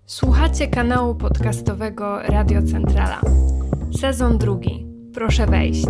Słuchacie kanału podcastowego Radio Centrala. Sezon 2. Proszę wejść.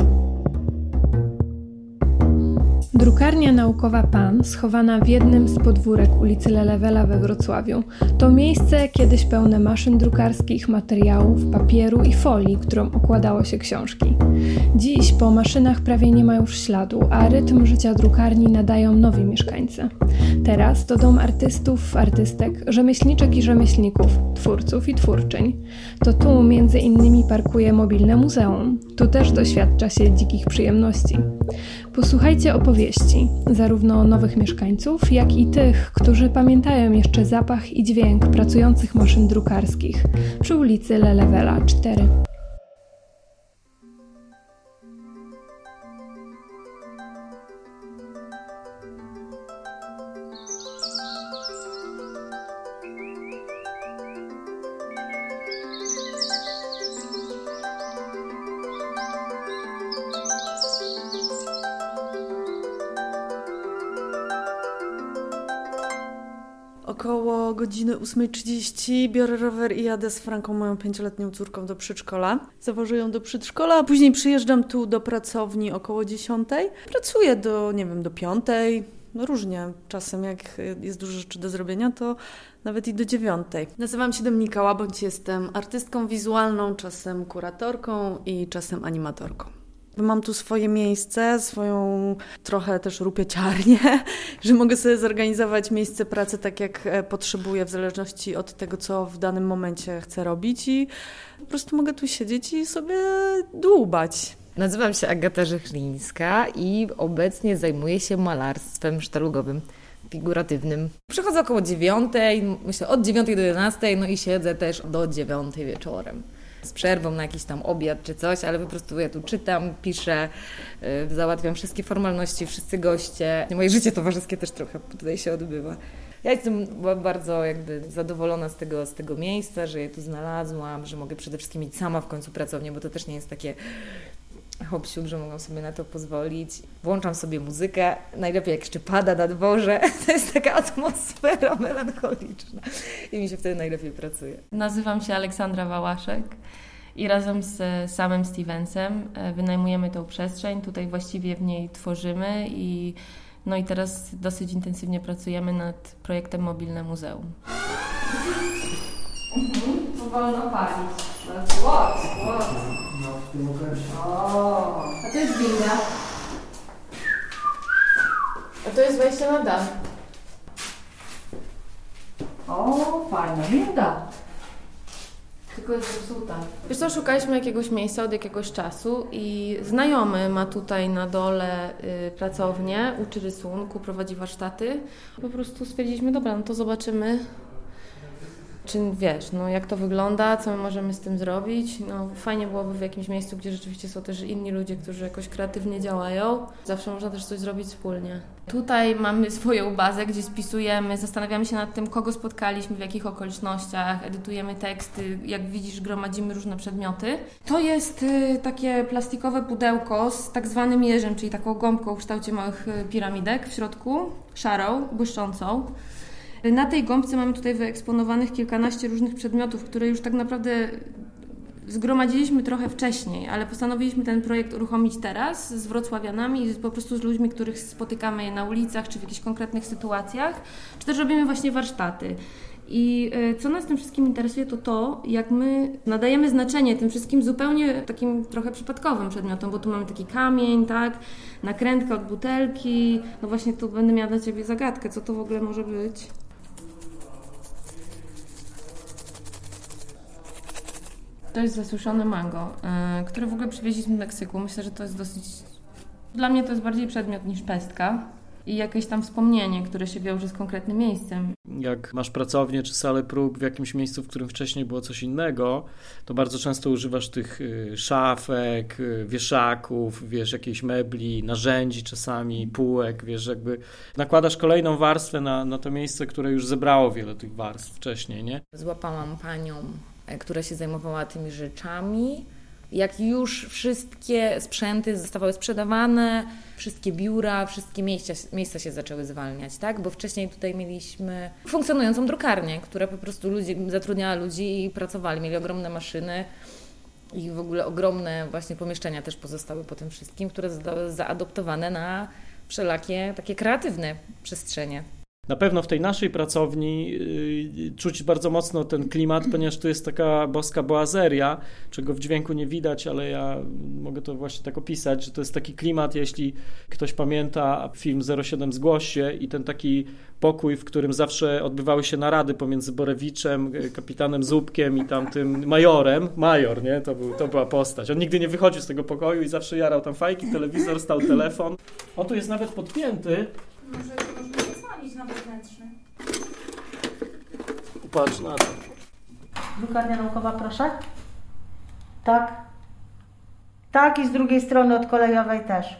Drukarnia naukowa PAN, schowana w jednym z podwórek ulicy Lelewela we Wrocławiu, to miejsce kiedyś pełne maszyn drukarskich, materiałów, papieru i folii, którą układało się książki. Dziś po maszynach prawie nie ma już śladu, a rytm życia drukarni nadają nowi mieszkańcy. Teraz to dom artystów, artystek, rzemieślniczek i rzemieślników, twórców i twórczyń. To tu między innymi parkuje mobilne muzeum. Tu też doświadcza się dzikich przyjemności. Posłuchajcie opowieści, zarówno nowych mieszkańców, jak i tych, którzy pamiętają jeszcze zapach i dźwięk pracujących maszyn drukarskich przy ulicy Lelewela 4. Około godziny 8:30 biorę rower i jadę z Franką, moją 5-letnią córką, do przedszkola. Zawożę ją do przedszkola, a później przyjeżdżam tu do pracowni około 10:00. Pracuję do 5:00, no różnie. Czasem jak jest dużo rzeczy do zrobienia, to nawet i do 9:00. Nazywam się Dominika Łabądź, jestem artystką wizualną, czasem kuratorką i czasem animatorką. Mam tu swoje miejsce, swoją trochę też rupieciarnię, że mogę sobie zorganizować miejsce pracy tak, jak potrzebuję, w zależności od tego, co w danym momencie chcę robić, i po prostu mogę tu siedzieć i sobie dłubać. Nazywam się Agata Rzechlińska i obecnie zajmuję się malarstwem sztalugowym, figuratywnym. Przychodzę około 9:00, myślę od 9:00 do 11:00, no i siedzę też do 9:00 wieczorem. Z przerwą na jakiś tam obiad czy coś, ale po prostu ja tu czytam, piszę, załatwiam wszystkie formalności, wszyscy goście. Moje życie towarzyskie też trochę tutaj się odbywa. Ja jestem bardzo zadowolona z tego miejsca, że je tu znalazłam, że mogę przede wszystkim mieć sama w końcu pracownię, bo to też nie jest takie hop-siup, że mogą sobie na to pozwolić. Włączam sobie muzykę, najlepiej jak jeszcze pada na dworze. To jest taka atmosfera melancholiczna i mi się wtedy najlepiej pracuje. Nazywam się Aleksandra Wałaszek i razem z samym Stevensem wynajmujemy tę przestrzeń. Tutaj właściwie w niej tworzymy i teraz dosyć intensywnie pracujemy nad projektem Mobilne Muzeum. To wolno palić. What? O, a to jest winda. A to jest wejście na dach. O, fajna winda. Tylko jest zepsuta. Wiesz co, szukaliśmy jakiegoś miejsca od jakiegoś czasu i znajomy ma tutaj na dole pracownię, uczy rysunku, prowadzi warsztaty. Po prostu stwierdziliśmy, dobra, no to zobaczymy, czy jak to wygląda, co my możemy z tym zrobić. Fajnie byłoby w jakimś miejscu, gdzie rzeczywiście są też inni ludzie, którzy jakoś kreatywnie działają. Zawsze można też coś zrobić wspólnie. Tutaj mamy swoją bazę, gdzie spisujemy, zastanawiamy się nad tym, kogo spotkaliśmy, w jakich okolicznościach, edytujemy teksty, jak widzisz, gromadzimy różne przedmioty. To jest takie plastikowe pudełko z tak zwanym jeżem, czyli taką gąbką w kształcie małych piramidek w środku, szarą, błyszczącą. Na tej gąbce mamy tutaj wyeksponowanych kilkanaście różnych przedmiotów, które już tak naprawdę zgromadziliśmy trochę wcześniej, ale postanowiliśmy ten projekt uruchomić teraz z wrocławianami, po prostu z ludźmi, których spotykamy na ulicach, czy w jakichś konkretnych sytuacjach, czy też robimy właśnie warsztaty. I co nas tym wszystkim interesuje, to jak my nadajemy znaczenie tym wszystkim zupełnie takim trochę przypadkowym przedmiotom, bo tu mamy taki kamień, tak, nakrętkę od butelki. No właśnie tu będę miała dla Ciebie zagadkę, co to w ogóle może być. To jest zasuszone mango, które w ogóle przywieźliśmy z Meksyku. Myślę, że to jest dla mnie to jest bardziej przedmiot niż pestka i jakieś tam wspomnienie, które się wiąże z konkretnym miejscem. Jak masz pracownię czy salę prób w jakimś miejscu, w którym wcześniej było coś innego, to bardzo często używasz tych szafek, wieszaków, jakiejś mebli, narzędzi czasami, półek, nakładasz kolejną warstwę na to miejsce, które już zebrało wiele tych warstw wcześniej, nie? Złapałam panią, która się zajmowała tymi rzeczami Jak już wszystkie sprzęty zostały sprzedawane, wszystkie biura, wszystkie miejsca się zaczęły zwalniać, tak? Bo wcześniej tutaj mieliśmy funkcjonującą drukarnię, która po prostu zatrudniała ludzi i pracowali, mieli ogromne maszyny i w ogóle ogromne właśnie pomieszczenia też pozostały po tym wszystkim, które zostały zaadoptowane na wszelakie takie kreatywne przestrzenie. Na pewno w tej naszej pracowni czuć bardzo mocno ten klimat, ponieważ tu jest taka boska boazeria, czego w dźwięku nie widać, ale ja mogę to właśnie tak opisać, że to jest taki klimat, jeśli ktoś pamięta film 07 Zgłoś się i ten taki pokój, w którym zawsze odbywały się narady pomiędzy Borewiczem, kapitanem Zupkiem i tamtym majorem. Major, nie? To była postać. On nigdy nie wychodził z tego pokoju i zawsze jarał tam fajki, telewizor, stał telefon. On tu jest nawet podpięty. Może zadzwonić na wewnętrzny. Patrz na to. Drukarnia naukowa, proszę. Tak. Tak i z drugiej strony od kolejowej też.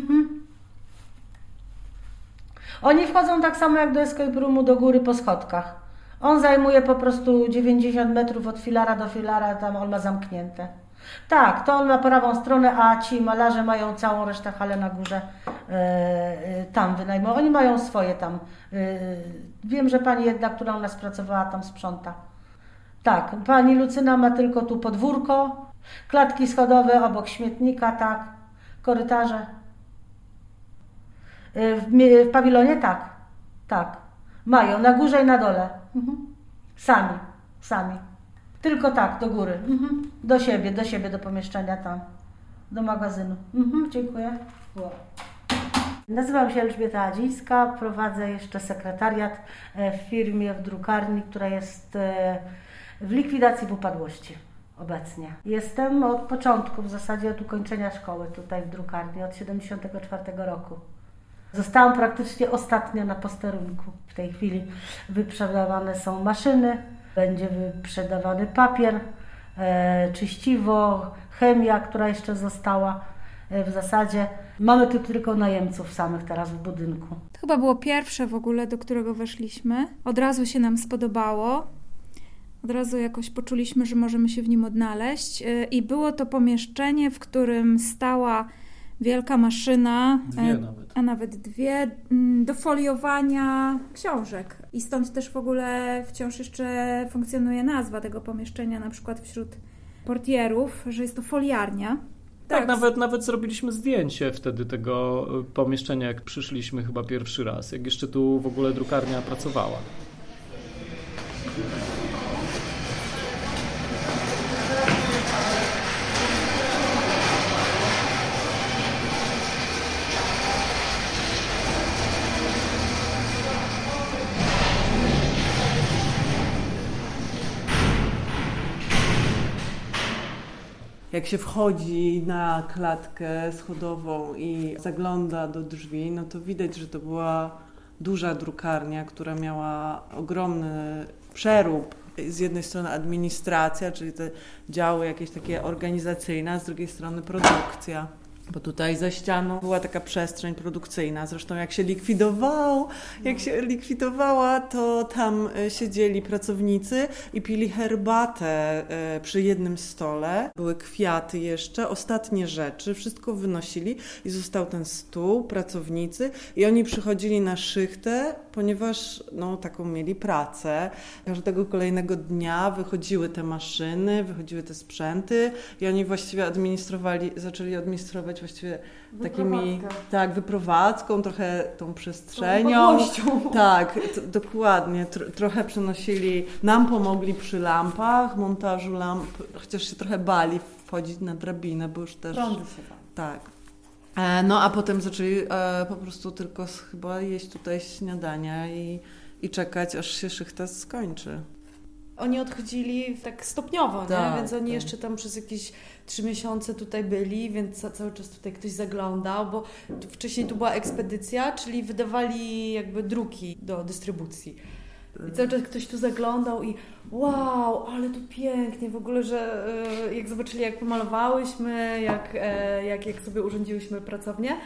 Oni wchodzą tak samo jak do escape roomu do góry po schodkach. On zajmuje po prostu 90 metrów od filara do filara, tam on ma zamknięte. Tak, to on ma prawą stronę, a ci malarze mają całą resztę halę na górze tam wynajmują. Oni mają swoje tam. Wiem, że pani jedna, która u nas pracowała, tam sprząta. Tak, pani Lucyna ma tylko tu podwórko, klatki schodowe obok śmietnika, tak, korytarze. W pawilonie tak, mają, na górze i na dole. Sami. Tylko tak, do góry. Do siebie, do pomieszczenia tam, do magazynu. Dziękuję. Nazywam się Elżbieta Adzińska, prowadzę jeszcze sekretariat w firmie, w drukarni, która jest w likwidacji w upadłości obecnie. Jestem od początku, w zasadzie od ukończenia szkoły tutaj w drukarni, od 1974 roku. Zostałam praktycznie ostatnio na posterunku. W tej chwili wyprzedawane są maszyny, będzie wyprzedawany papier, czyściwo, chemia, która jeszcze została. W zasadzie mamy tu tylko najemców samych teraz w budynku. To chyba było pierwsze w ogóle, do którego weszliśmy. Od razu się nam spodobało. Od razu jakoś poczuliśmy, że możemy się w nim odnaleźć. I było to pomieszczenie, w którym stała wielka maszyna, a nawet dwie, do foliowania książek. I stąd też w ogóle wciąż jeszcze funkcjonuje nazwa tego pomieszczenia, na przykład wśród portierów, że jest to foliarnia. Tak, nawet zrobiliśmy zdjęcie wtedy tego pomieszczenia, jak przyszliśmy chyba pierwszy raz, jak jeszcze tu w ogóle drukarnia pracowała. Jak się wchodzi na klatkę schodową i zagląda do drzwi, no to widać, że to była duża drukarnia, która miała ogromny przerób. Z jednej strony administracja, czyli te działy jakieś takie organizacyjne, a z drugiej strony produkcja. Bo tutaj za ścianą była taka przestrzeń produkcyjna. Zresztą jak się likwidowała, to tam siedzieli pracownicy i pili herbatę przy jednym stole. Były kwiaty jeszcze, ostatnie rzeczy, wszystko wynosili i został ten stół, pracownicy i oni przychodzili na szychtę, ponieważ taką mieli pracę. Każdego kolejnego dnia wychodziły te maszyny, wychodziły te sprzęty i oni właściwie zaczęli administrować właściwie takimi, wyprowadzką, trochę tą przestrzenią. Tak, dokładnie. Trochę przenosili, nam pomogli przy lampach, montażu lamp, chociaż się trochę bali wchodzić na drabinę, bo już też... Prądy się tam. Tak. A potem zaczęli po prostu tylko chyba jeść tutaj śniadania i czekać, aż się szychta skończy. Oni odchodzili tak stopniowo, nie? Więc oni jeszcze tam przez jakieś 3 miesiące tutaj byli, więc cały czas tutaj ktoś zaglądał, bo wcześniej tu była ekspedycja, czyli wydawali jakby druki do dystrybucji. I cały czas ktoś tu zaglądał i wow, ale tu pięknie, w ogóle, że jak zobaczyli, jak pomalowałyśmy, jak sobie urządziłyśmy pracownię,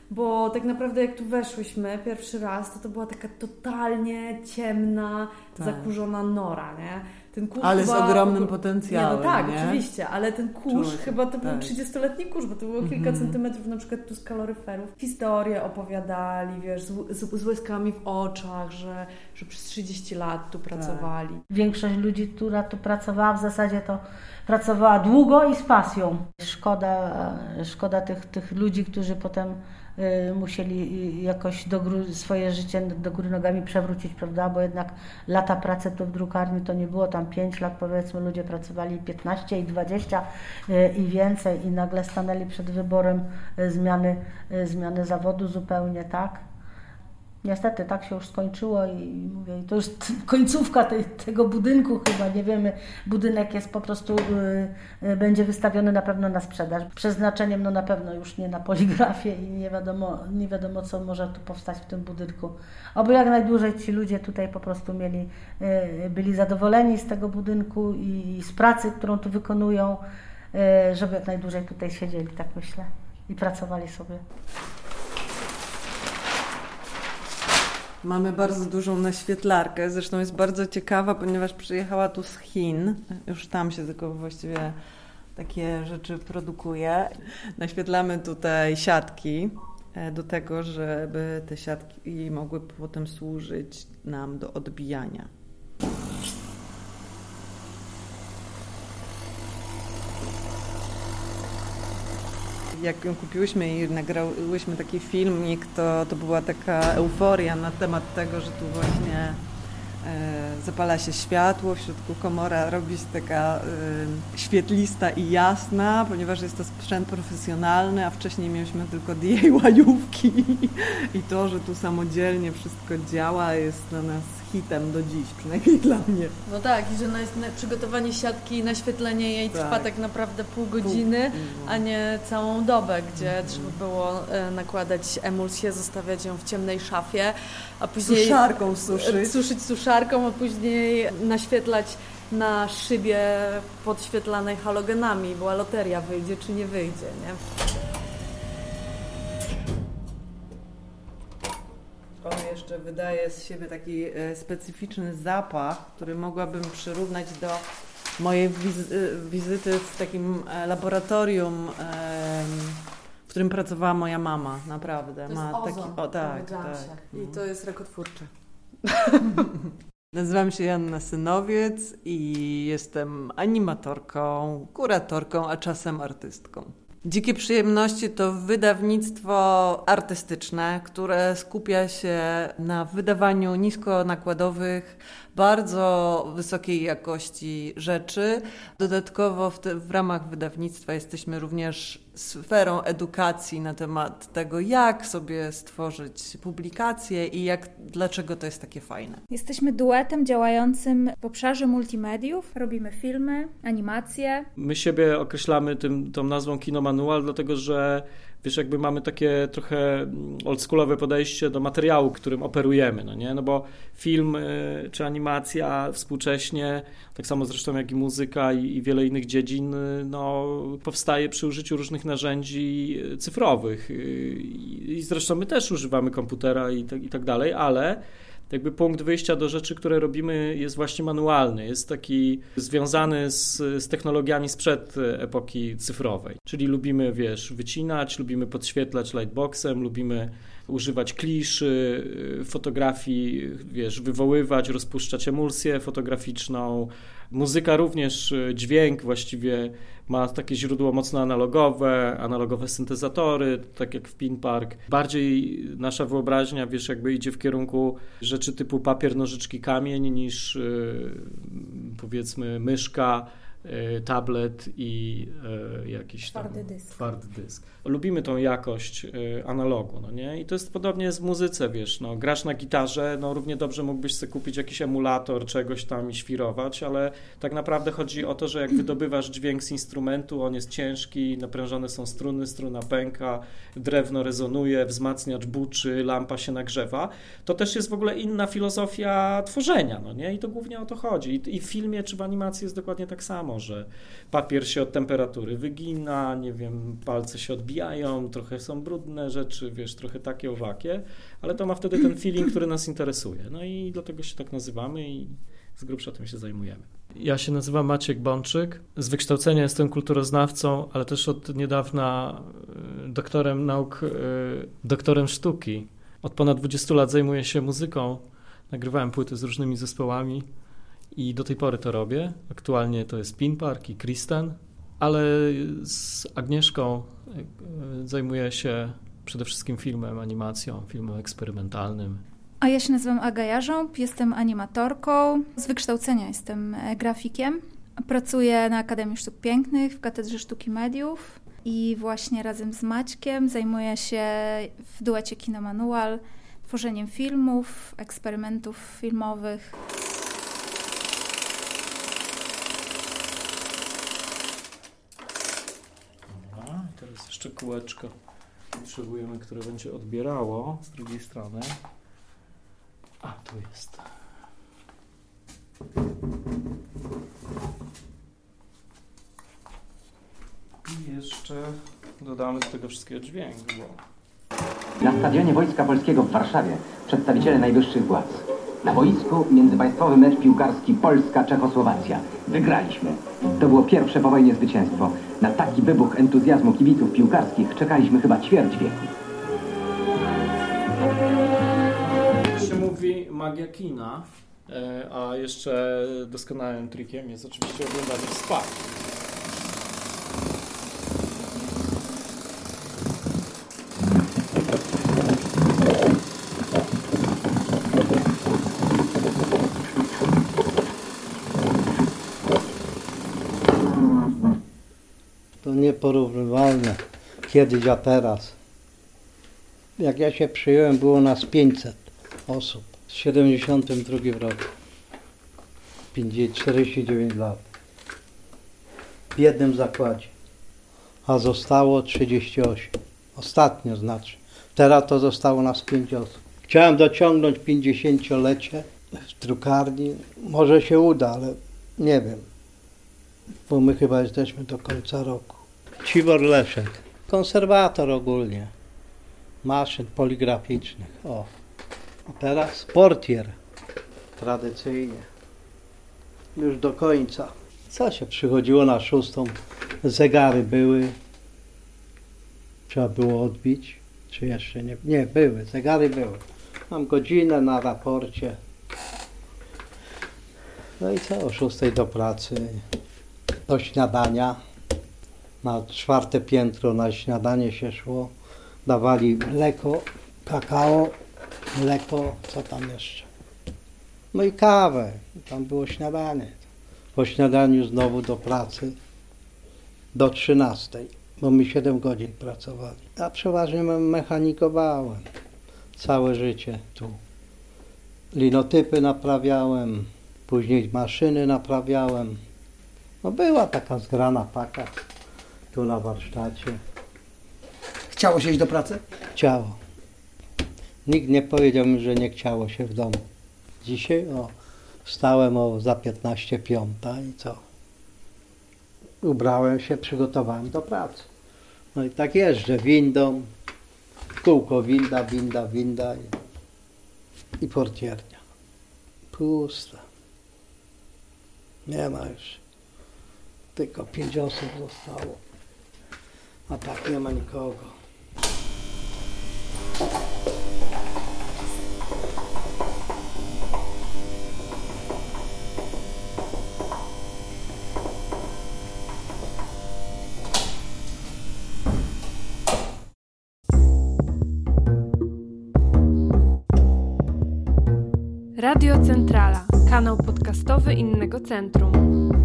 bo tak naprawdę jak tu weszłyśmy pierwszy raz, to była taka totalnie ciemna, zakurzona nora, nie? Ten kurz ale chyba... z ogromnym potencjałem, nie? No tak, nie? Oczywiście, ale ten kurz chyba to był tak. 30-letni kurz, bo to było kilka centymetrów na przykład tu z kaloryferów. Historie opowiadali, wiesz, z łezkami w oczach, że przez 30 lat tu pracowali. Większość ludzi, która tu pracowała, w zasadzie to pracowała długo i z pasją. Szkoda tych ludzi, którzy potem musieli jakoś swoje życie do góry nogami przewrócić, prawda? Bo jednak lata pracy tu w drukarni to nie było tam 5 lat, powiedzmy, ludzie pracowali 15 i 20 i więcej i nagle stanęli przed wyborem zmiany zawodu zupełnie, tak? Niestety tak się już skończyło i mówię, to już końcówka tego budynku chyba, nie wiemy, budynek jest po prostu, będzie wystawiony na pewno na sprzedaż. Przeznaczeniem no na pewno już nie na poligrafię i nie wiadomo co może tu powstać w tym budynku. Oby jak najdłużej ci ludzie tutaj po prostu byli zadowoleni z tego budynku i z pracy, którą tu wykonują, żeby jak najdłużej tutaj siedzieli, tak myślę, i pracowali sobie. Mamy bardzo dużą naświetlarkę, zresztą jest bardzo ciekawa, ponieważ przyjechała tu z Chin, już tam się tylko właściwie takie rzeczy produkuje. Naświetlamy tutaj siatki do tego, żeby te siatki mogły potem służyć nam do odbijania. Jak ją kupiłyśmy i nagrałyśmy taki filmik, to była taka euforia na temat tego, że tu właśnie zapala się światło, w środku komora robi się taka świetlista i jasna, ponieważ jest to sprzęt profesjonalny, a wcześniej mieliśmy tylko DIY-ówki i to, że tu samodzielnie wszystko działa, jest dla nas hitem do dziś, przynajmniej dla mnie. No tak, i że na przygotowanie siatki i naświetlenie jej trwa tak naprawdę pół godziny, a nie całą dobę, gdzie trzeba było nakładać emulsję, zostawiać ją w ciemnej szafie, a później suszarką suszyć suszarką, a później naświetlać na szybie podświetlanej halogenami. Była loteria, wyjdzie czy nie wyjdzie, nie? On jeszcze wydaje z siebie taki specyficzny zapach, który mogłabym przyrównać do mojej wizyty w takim laboratorium, w którym pracowała moja mama, naprawdę. To jest ozon, tak. I to jest rakotwórcze. Nazywam się Joanna Synowiec i jestem animatorką, kuratorką, a czasem artystką. Dzikie Przyjemności to wydawnictwo artystyczne, które skupia się na wydawaniu niskonakładowych, bardzo wysokiej jakości rzeczy. Dodatkowo w ramach wydawnictwa jesteśmy również sferą edukacji na temat tego, jak sobie stworzyć publikacje i dlaczego to jest takie fajne. Jesteśmy duetem działającym w obszarze multimediów. Robimy filmy, animacje. My siebie określamy tą nazwą Kino Manual, dlatego że wiesz, jakby mamy takie trochę oldschoolowe podejście do materiału, którym operujemy, no nie? No bo film czy animacja współcześnie, tak samo zresztą jak i muzyka i wiele innych dziedzin, no, powstaje przy użyciu różnych narzędzi cyfrowych. I zresztą my też używamy komputera i tak dalej, ale jakby punkt wyjścia do rzeczy, które robimy, jest właśnie manualny, jest taki związany z technologiami sprzed epoki cyfrowej. Czyli lubimy, wiesz, wycinać, lubimy podświetlać lightboxem, lubimy używać kliszy, fotografii, wiesz, wywoływać, rozpuszczać emulsję fotograficzną. Muzyka również, dźwięk właściwie ma takie źródło mocno analogowe syntezatory, tak jak w Pinpark. Bardziej nasza wyobraźnia, wiesz, jakby idzie w kierunku rzeczy typu papier, nożyczki, kamień niż powiedzmy myszka, tablet i jakiś twardy dysk. Lubimy tą jakość analogu, no nie? I to jest podobnie z muzyce, wiesz, no, grasz na gitarze, no równie dobrze mógłbyś sobie kupić jakiś emulator czegoś tam i świrować, ale tak naprawdę chodzi o to, że jak wydobywasz dźwięk z instrumentu, on jest ciężki, naprężone są struny, struna pęka, drewno rezonuje, wzmacniacz buczy, lampa się nagrzewa. To też jest w ogóle inna filozofia tworzenia, no nie? I to głównie o to chodzi. I w filmie czy w animacji jest dokładnie tak samo. wiadomo, że papier się od temperatury wygina, nie wiem, palce się odbijają, trochę są brudne rzeczy, wiesz, trochę takie, owakie, ale to ma wtedy ten feeling, który nas interesuje. No i dlatego się tak nazywamy i z grubsza tym się zajmujemy. Ja się nazywam Maciek Bączyk. Z wykształcenia jestem kulturoznawcą, ale też od niedawna doktorem nauk, doktorem sztuki. Od ponad 20 lat zajmuję się muzyką. Nagrywałem płyty z różnymi zespołami i do tej pory to robię. Aktualnie to jest Pin Park i Kristen, ale z Agnieszką zajmuję się przede wszystkim filmem, animacją, filmem eksperymentalnym. A ja się nazywam Aga Jarząb, jestem animatorką, z wykształcenia jestem grafikiem. Pracuję na Akademii Sztuk Pięknych w Katedrze Sztuki Mediów i właśnie razem z Maćkiem zajmuję się w duecie Kino Manual tworzeniem filmów, eksperymentów filmowych. Dobra, teraz jeszcze kółeczko potrzebujemy, które będzie odbierało z drugiej strony. A, tu jest. I jeszcze dodamy do tego wszystkiego dźwięk, bo... Na stadionie Wojska Polskiego w Warszawie przedstawiciele najwyższych władz. Na boisku międzypaństwowy mecz piłkarski Polska-Czechosłowacja. Wygraliśmy. To było pierwsze po wojnie zwycięstwo. Na taki wybuch entuzjazmu kibiców piłkarskich czekaliśmy chyba ćwierć wieku. się mówi magia kina, a jeszcze doskonałym trikiem jest oczywiście oglądanie w spać. To nieporównywalne kiedyś a teraz. Jak ja się przyjąłem, było nas 500 osób. W 72 roku. 49 lat. W jednym zakładzie. A zostało 38. Ostatnio znaczy. Teraz to zostało nas 5 osób. Chciałem dociągnąć 50-lecie w drukarni. Może się uda, ale nie wiem. Bo my chyba jesteśmy do końca roku. Ciwor Leszek. Konserwator ogólnie. Maszyn poligraficznych. O. A teraz portier. Tradycyjnie. Już do końca. Co się przychodziło na 6? Zegary były. Trzeba było odbić. Czy jeszcze nie? Nie, były. Zegary były. Mam godzinę na raporcie. No i co? O 6 do pracy. Do śniadania. Na 4. piętro na śniadanie się szło. Dawali mleko, kakao, mleko, co tam jeszcze. No i kawę. Tam było śniadanie. Po śniadaniu znowu do pracy do 13, bo my 7 godzin pracowali. Ja przeważnie mechanikowałem całe życie tu. Linotypy naprawiałem, później maszyny naprawiałem. No była taka zgrana paka tu na warsztacie. Chciało się iść do pracy? Chciało. Nikt nie powiedział mi, że nie chciało się w domu. Dzisiaj wstałem za 15:05 i co? Ubrałem się, przygotowałem do pracy. No i tak jeżdżę windą, kółko winda i portiernia. Pusta. Nie ma już. Tylko 5 osób zostało. A tak nie ma nikogo. Radio Centrala, kanał podcastowy Innego Centrum.